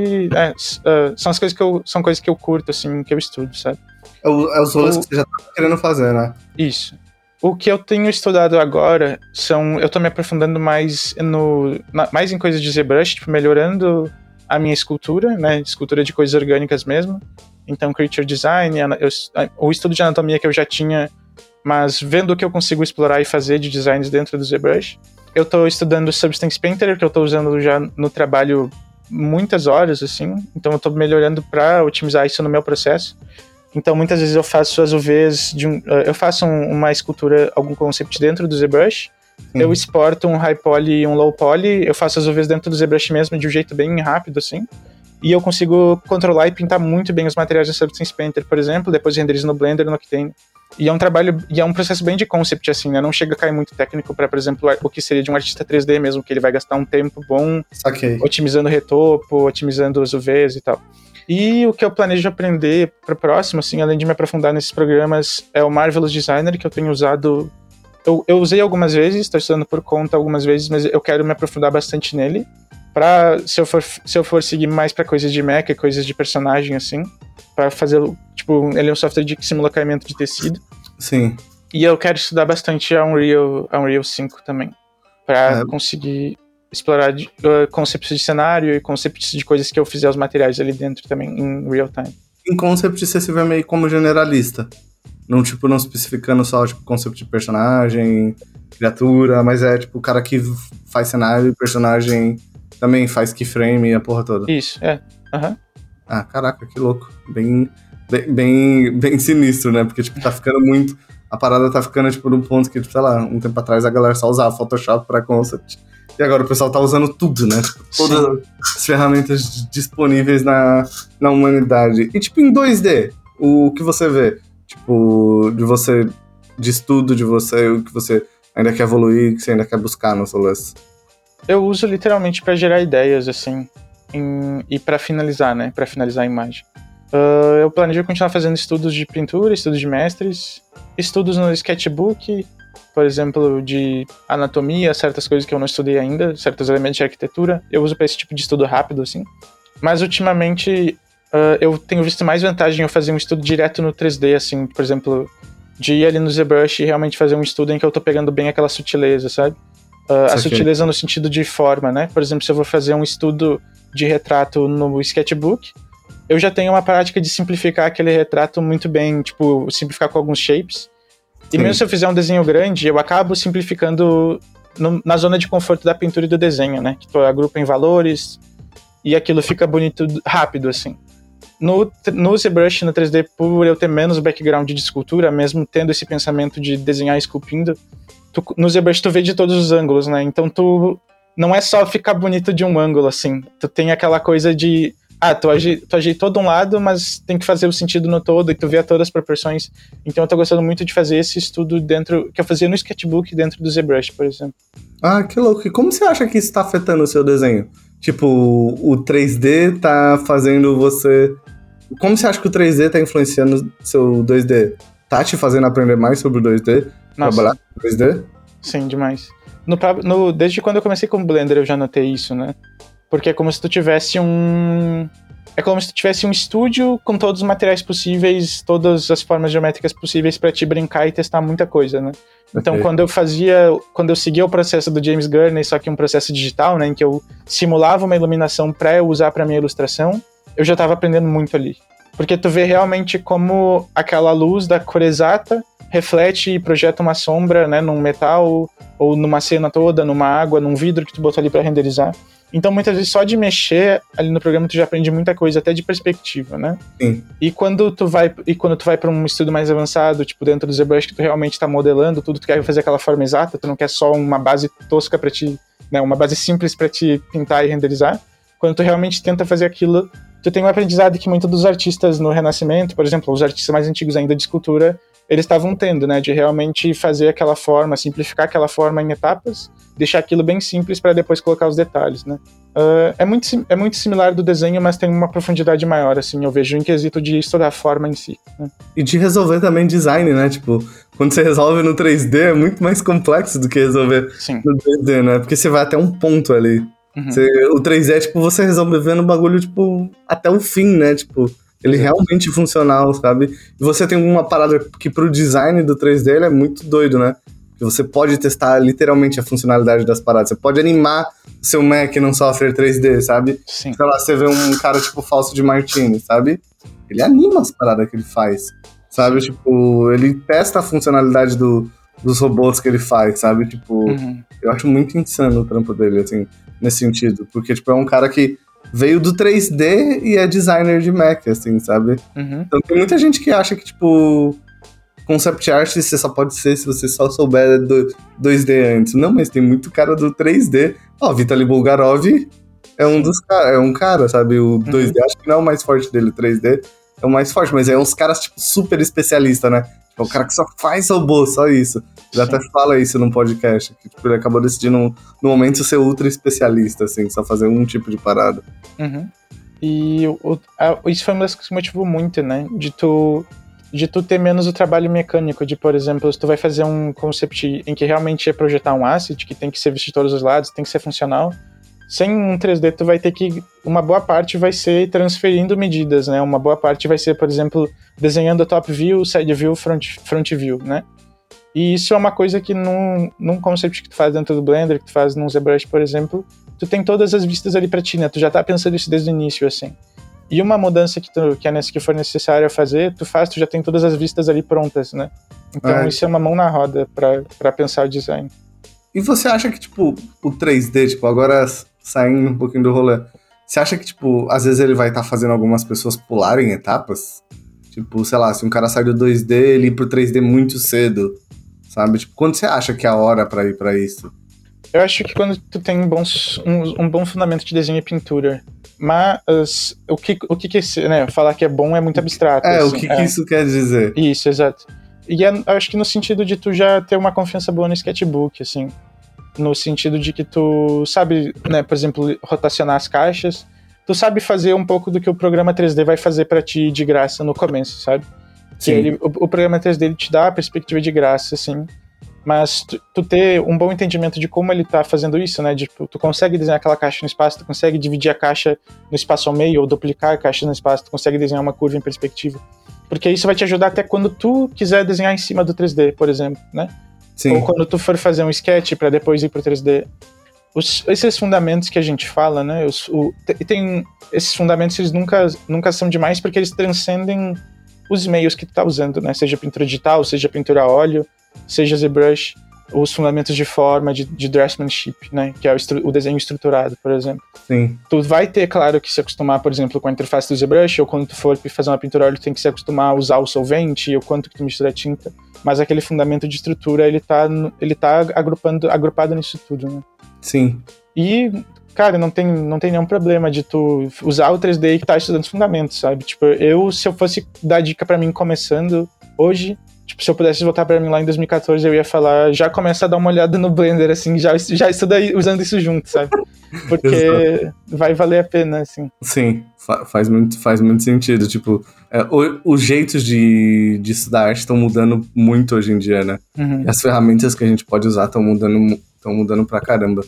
são coisas que eu curto, assim, que eu estudo, sabe? É os rolês que você já tá querendo fazer, né? Isso. O que eu tenho estudado agora eu tô me aprofundando mais em coisas de ZBrush, tipo, melhorando a minha escultura, né? Escultura de coisas orgânicas mesmo. Então, creature design, o estudo de anatomia que eu já tinha, mas vendo o que eu consigo explorar e fazer de designs dentro do ZBrush. Eu tô estudando Substance Painter, que eu tô usando já no trabalho muitas horas, assim. Então, eu tô melhorando pra otimizar isso no meu processo. Então, muitas vezes eu faço as UVs eu faço uma escultura, algum concept dentro do ZBrush. Eu exporto um high poly e um low poly. Eu faço as UVs dentro do ZBrush mesmo, de um jeito bem rápido, assim. E eu consigo controlar e pintar muito bem os materiais do Substance Painter, por exemplo. Depois renderizo no Blender, no Octane. E é um processo bem de concept, assim, né? Não chega a cair muito técnico para, por exemplo, o que seria de um artista 3D mesmo, que ele vai gastar um tempo bom otimizando retopo, otimizando os UVs e tal. E o que eu planejo aprender para o próximo, assim, além de me aprofundar nesses programas, é o Marvelous Designer, que eu tenho usado. Eu usei algumas vezes, estou estudando por conta algumas vezes, mas eu quero me aprofundar bastante nele. Se eu for seguir mais para coisas de mecha, coisas de personagem, assim, para fazer, tipo, ele é um software que simula caimento de tecido. Sim. E eu quero estudar bastante a Unreal 5 também, para conseguir explorar conceitos de cenário e conceitos de coisas que eu fizer os materiais ali dentro também, em real time. Em concept você se vê meio como generalista. Não, tipo, não especificando só, tipo, conceito de personagem, criatura, mas é, tipo, o cara que faz cenário e personagem também faz keyframe e a porra toda. Isso, é. Uhum. Ah, caraca, que louco. Bem sinistro, né? Porque, tipo, tá ficando muito... A parada tá ficando, tipo, num ponto que, tipo, sei lá, um tempo atrás a galera só usava Photoshop pra concept. E agora o pessoal tá usando tudo, né? Tipo, todas as ferramentas disponíveis na humanidade. E, tipo, em 2D, o que você vê? Tipo, de estudo de você, o que você ainda quer evoluir, o que você ainda quer buscar no Solus? Eu uso literalmente pra gerar ideias, assim, e pra finalizar, né? Pra finalizar a imagem. Eu planejo continuar fazendo estudos de pintura, estudos de mestres, estudos no sketchbook, por exemplo, de anatomia, certas coisas que eu não estudei ainda, certos elementos de arquitetura. Eu uso pra esse tipo de estudo rápido, assim. Mas, ultimamente, eu tenho visto mais vantagem em eu fazer um estudo direto no 3D, assim, por exemplo, de ir ali no ZBrush e realmente fazer um estudo em que eu tô pegando bem aquela sutileza, sabe? A sutileza no sentido de forma, né? Por exemplo, se eu vou fazer um estudo de retrato no sketchbook, eu já tenho uma prática de simplificar aquele retrato muito bem, tipo, simplificar com alguns shapes. E mesmo se eu fizer um desenho grande, eu acabo simplificando na zona de conforto da pintura e do desenho, né? Que tu agrupa em valores e aquilo fica bonito rápido, assim. No ZBrush, no 3D, por eu ter menos background de escultura, mesmo tendo esse pensamento de desenhar esculpindo, no ZBrush tu vê de todos os ângulos, né? Então tu não é só ficar bonito de um ângulo, assim. Tu tem aquela coisa de... tu ajeitou de um lado, mas tem que fazer o sentido no todo, e tu vê todas as proporções. Então eu tô gostando muito de fazer esse estudo que eu fazia no sketchbook dentro do ZBrush, por exemplo. Ah, que louco. E como você acha que isso tá afetando o seu desenho? Tipo, o 3D tá fazendo você... Como você acha que o 3D tá influenciando o seu 2D? Tá te fazendo aprender mais sobre o 2D? Nossa. Trabalhar com 3D? Sim, demais. Desde quando eu comecei com o Blender eu já notei isso, né? Porque é como se tu tivesse um estúdio com todos os materiais possíveis, todas as formas geométricas possíveis pra te brincar e testar muita coisa, né? Então, quando eu seguia o processo do James Gurney, só que um processo digital, né, em que eu simulava uma iluminação pra eu usar pra minha ilustração, eu já tava aprendendo muito ali. Porque tu vê realmente como aquela luz da cor exata reflete e projeta uma sombra, né, num metal, ou numa cena toda, numa água, num vidro que tu botou ali pra renderizar. Então, muitas vezes, só de mexer ali no programa, tu já aprende muita coisa, até de perspectiva, né? Sim. E quando tu vai para um estudo mais avançado, tipo, dentro do ZBrush, que tu realmente tá modelando tudo, tu quer fazer aquela forma exata, tu não quer só uma base tosca pra ti, né? Uma base simples pra te pintar e renderizar. Quando tu realmente tenta fazer aquilo, tu tem um aprendizado que muitos dos artistas no Renascimento, por exemplo, os artistas mais antigos ainda de escultura, eles estavam tendo, né, de realmente fazer aquela forma, simplificar aquela forma em etapas, deixar aquilo bem simples para depois colocar os detalhes, né. É muito similar do desenho, mas tem uma profundidade maior, assim, eu vejo em quesito de estudar a forma em si, né. E de resolver também design, né, tipo, quando você resolve no 3D é muito mais complexo do que resolver Sim. no 2D, né, porque você vai até um ponto ali. O 3D é, tipo, você resolvendo o bagulho, tipo, até o fim, né, tipo, ele realmente funcional, sabe? E você tem uma parada que pro design do 3D ele é muito doido, né? Que você pode testar literalmente a funcionalidade das paradas. Você pode animar seu Mac não sofrer 3D, sabe? Sim. Sei lá, você vê um cara tipo Fausto de Martini, sabe? Ele anima as paradas que ele faz, sabe? Tipo, ele testa a funcionalidade dos robôs que ele faz, sabe? Tipo, eu acho muito insano o trampo dele, assim, nesse sentido. Porque, tipo, é um cara que veio do 3D e é designer de Mac, assim, sabe? Então tem muita gente que acha que, tipo, concept art você só pode ser se você só souber do 2D antes. Não, mas tem muito cara do 3D. Ó, Vitaly Bulgarov é um dos caras, é um cara, sabe? O 2D acho que não é o mais forte dele, o 3D é o mais forte, mas é uns caras, tipo, super especialistas, né? É o cara que só faz robô, só isso. Ele até fala isso num podcast, que tipo, ele acabou decidindo, no momento, ser ultra especialista, assim, só fazer um tipo de parada. E isso foi uma das coisas que motivou muito, né? De tu ter menos o trabalho mecânico, de, por exemplo, se tu vai fazer um concept em que realmente é projetar um asset, que tem que ser visto de todos os lados, tem que ser funcional, sem um 3D tu vai ter que, uma boa parte vai ser transferindo medidas, né? Uma boa parte vai ser, por exemplo, desenhando a top view, side view, front view, né? E isso é uma coisa que num concept que tu faz dentro do Blender, que tu faz num ZBrush, por exemplo, tu tem todas as vistas ali pra ti, né? Tu já tá pensando isso desde o início, assim. E uma mudança que for necessária fazer, tu já tem todas as vistas ali prontas, né? Então isso é uma mão na roda pra pensar o design. E você acha que, tipo, o 3D, tipo, agora saindo um pouquinho do rolê, você acha que, tipo, às vezes ele vai estar fazendo algumas pessoas pularem etapas? Tipo, sei lá, se um cara sai do 2D, ele ir pro 3D muito cedo, sabe? Tipo, quando você acha que é a hora pra ir pra isso? Eu acho que quando tu tem um bom fundamento de desenho e pintura. Mas o que né, falar que é bom é muito abstrato. Assim, o que isso quer dizer? Isso, exato. E eu acho que no sentido de tu já ter uma confiança boa no sketchbook, assim. No sentido de que tu sabe, né, por exemplo, rotacionar as caixas. Tu sabe fazer um pouco do que o programa 3D vai fazer pra ti de graça no começo, sabe? Sim. O programa 3D ele te dá a perspectiva de graça, assim. Mas tu ter um bom entendimento de como ele tá fazendo isso, né? Tu consegue desenhar aquela caixa no espaço, tu consegue dividir a caixa no espaço ao meio, ou duplicar a caixa no espaço, tu consegue desenhar uma curva em perspectiva. Porque isso vai te ajudar até quando tu quiser desenhar em cima do 3D, por exemplo, né? Sim. Ou quando tu for fazer um sketch para depois ir pro 3D. Esses fundamentos que a gente fala, né? Esses fundamentos, eles nunca são demais porque eles transcendem os meios que tu tá usando, né? Seja pintura digital, seja pintura a óleo, seja ZBrush, os fundamentos de forma, de draftsmanship, né? Que é o desenho estruturado, por exemplo. Sim. Tu vai ter, claro, que se acostumar, por exemplo, com a interface do ZBrush, ou quando tu for fazer uma pintura a óleo, tu tem que se acostumar a usar o solvente, ou quanto que tu mistura a tinta. Mas aquele fundamento de estrutura, ele tá agrupado nisso tudo, né? Sim. E, cara, não tem nenhum problema de tu usar o 3D e tá estudando os fundamentos, sabe? Tipo, se eu fosse dar dica pra mim começando hoje, tipo, se eu pudesse voltar pra mim lá em 2014, eu ia falar, já começa a dar uma olhada no Blender, assim, já estuda usando isso junto, sabe? Porque vai valer a pena, assim. Sim, faz muito sentido. Tipo, os jeitos de estudar arte estão mudando muito hoje em dia, né? E as ferramentas que a gente pode usar estão mudando pra caramba.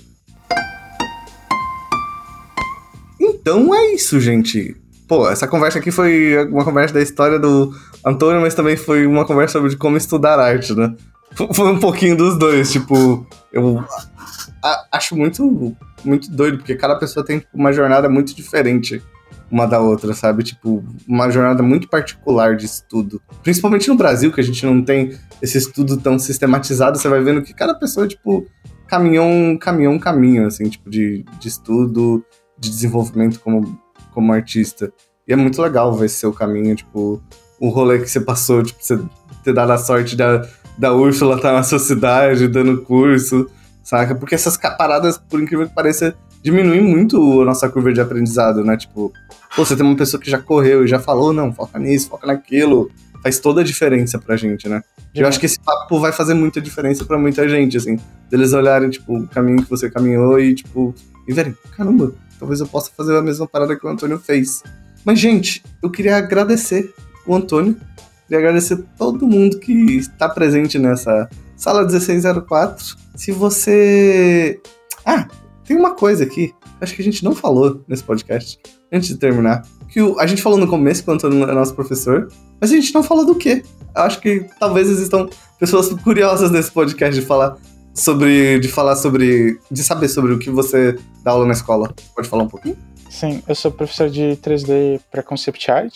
Então é isso, gente. Pô, essa conversa aqui foi uma conversa da história do Antônio, mas também foi uma conversa sobre como estudar arte, né? Foi um pouquinho dos dois, tipo, eu acho muito, muito doido, porque cada pessoa tem uma jornada muito diferente uma da outra, sabe? Tipo, uma jornada muito particular de estudo. Principalmente no Brasil, que a gente não tem esse estudo tão sistematizado, você vai vendo que cada pessoa, tipo, caminhou um caminho, assim, tipo, de estudo, de desenvolvimento como artista. E é muito legal ver esse seu caminho, tipo, o rolê que você passou, tipo, você ter dado a sorte da Úrsula estar na sua cidade, dando curso, saca? Porque essas paradas, por incrível que pareça, diminuem muito a nossa curva de aprendizado, né? Tipo, pô, você tem uma pessoa que já correu e já falou, não, foca nisso, foca naquilo. Faz toda a diferença pra gente, né? Eu acho que esse papo vai fazer muita diferença pra muita gente, assim. Deles olharem, tipo, o caminho que você caminhou e, tipo, e verem, caramba, talvez eu possa fazer a mesma parada que o Antônio fez. Mas, gente, eu queria agradecer o Antônio, queria agradecer todo mundo que está presente nessa sala 1604. Se você... tem uma coisa aqui, acho que a gente não falou nesse podcast, antes de terminar, que a gente falou no começo, que o Antônio é nosso professor, mas a gente não falou do quê? Eu acho que talvez existam pessoas curiosas nesse podcast de saber sobre o que você dá aula na escola. Pode falar um pouquinho? Sim, eu sou professor de 3D para Concept Art,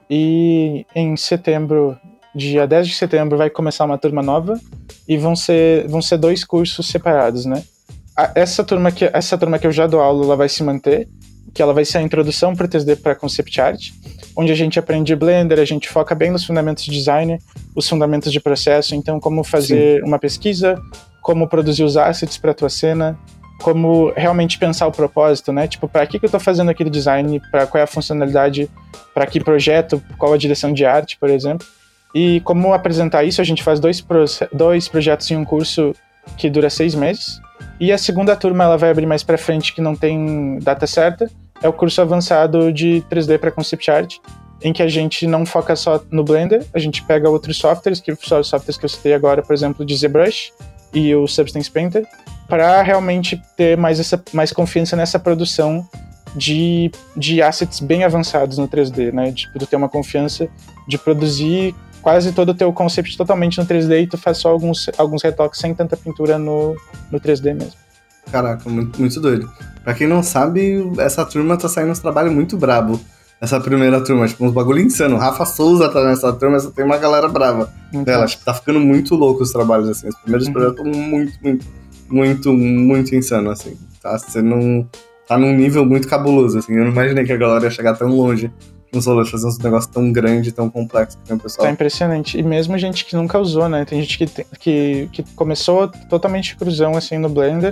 e em setembro, dia 10 de setembro, vai começar uma turma nova, e vão ser 2 cursos separados, né? Essa turma que eu já dou aula, ela vai se manter, que ela vai ser a introdução para 3D para Concept Art, onde a gente aprende Blender, a gente foca bem nos fundamentos de design, os fundamentos de processo, então como fazer uma pesquisa, como produzir os assets para a tua cena, como realmente pensar o propósito, né? Tipo, para que eu tô fazendo aquele design, para qual é a funcionalidade, para que projeto, qual a direção de arte, por exemplo. E como apresentar isso, a gente faz 2 projetos em um curso que dura 6 meses. E a segunda turma, ela vai abrir mais para frente, que não tem data certa, é o curso avançado de 3D para Concept Art, em que a gente não foca só no Blender, a gente pega outros softwares, que são os softwares que eu citei agora, por exemplo, de ZBrush e o Substance Painter, para realmente ter mais confiança nessa produção de assets bem avançados no 3D, né? De tu ter uma confiança de produzir quase todo o teu concept totalmente no 3D e tu faz só alguns retoques sem tanta pintura no 3D mesmo. Caraca, muito, muito doido. Pra quem não sabe, essa turma tá saindo uns trabalhos muito brabo. Essa primeira turma, tipo, uns bagulho insano. Rafa Souza tá nessa turma, só tem uma galera brava dela. Tipo, tá ficando muito louco os trabalhos, assim. Os primeiros projetos estão muito, muito, muito, muito insano, assim. Tá? Você não... Tá num nível muito cabuloso, assim. Eu não imaginei que a galera ia chegar tão longe nos rolos, fazer uns negócios tão grandes, tão complexos que tem o pessoal. Tá impressionante. E mesmo gente que nunca usou, né? Tem gente que começou totalmente cruzão, assim, no Blender.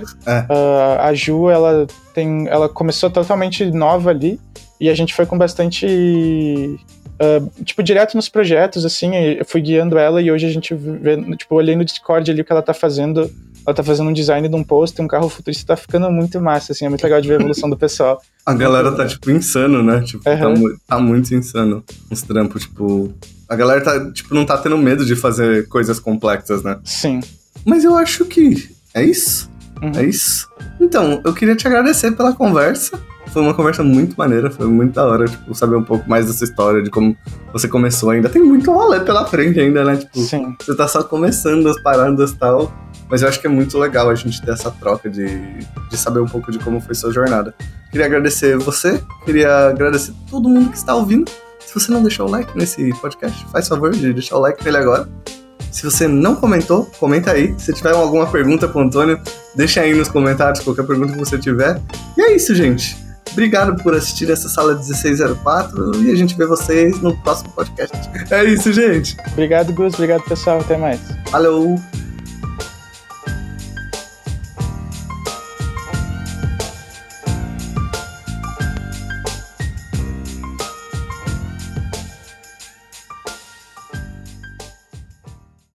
A Ju, ela começou totalmente nova ali, e a gente foi com bastante... direto nos projetos, assim, eu fui guiando ela, e hoje a gente vê, tipo, olhei no Discord ali o que ela tá fazendo. Ela tá fazendo um design de um pôster, um carro futurista, tá ficando muito massa, assim, é muito legal de ver a evolução do pessoal. A galera tá, tipo, insano, né? Tipo, tá muito insano os trampos, tipo... A galera tá, tipo, não tá tendo medo de fazer coisas complexas, né? Sim. Mas eu acho que é isso. É isso. Então, eu queria te agradecer pela conversa. Foi uma conversa muito maneira, foi muito da hora, tipo, saber um pouco mais dessa história, de como você começou ainda. Tem muito rolê pela frente ainda, né? Tipo, sim. Você tá só começando as paradas e tal. Mas eu acho que é muito legal a gente ter essa troca de saber um pouco de como foi sua jornada. Queria agradecer você, queria agradecer todo mundo que está ouvindo. Se você não deixou o like nesse podcast, faz favor de deixar o like nele agora. Se você não comentou, comenta aí. Se tiver alguma pergunta pro Antônio, deixa aí nos comentários qualquer pergunta que você tiver. E é isso, gente. Obrigado por assistir essa sala 1604 e a gente vê vocês no próximo podcast. É isso, gente. Obrigado, Gus. Obrigado, pessoal. Até mais. Falou!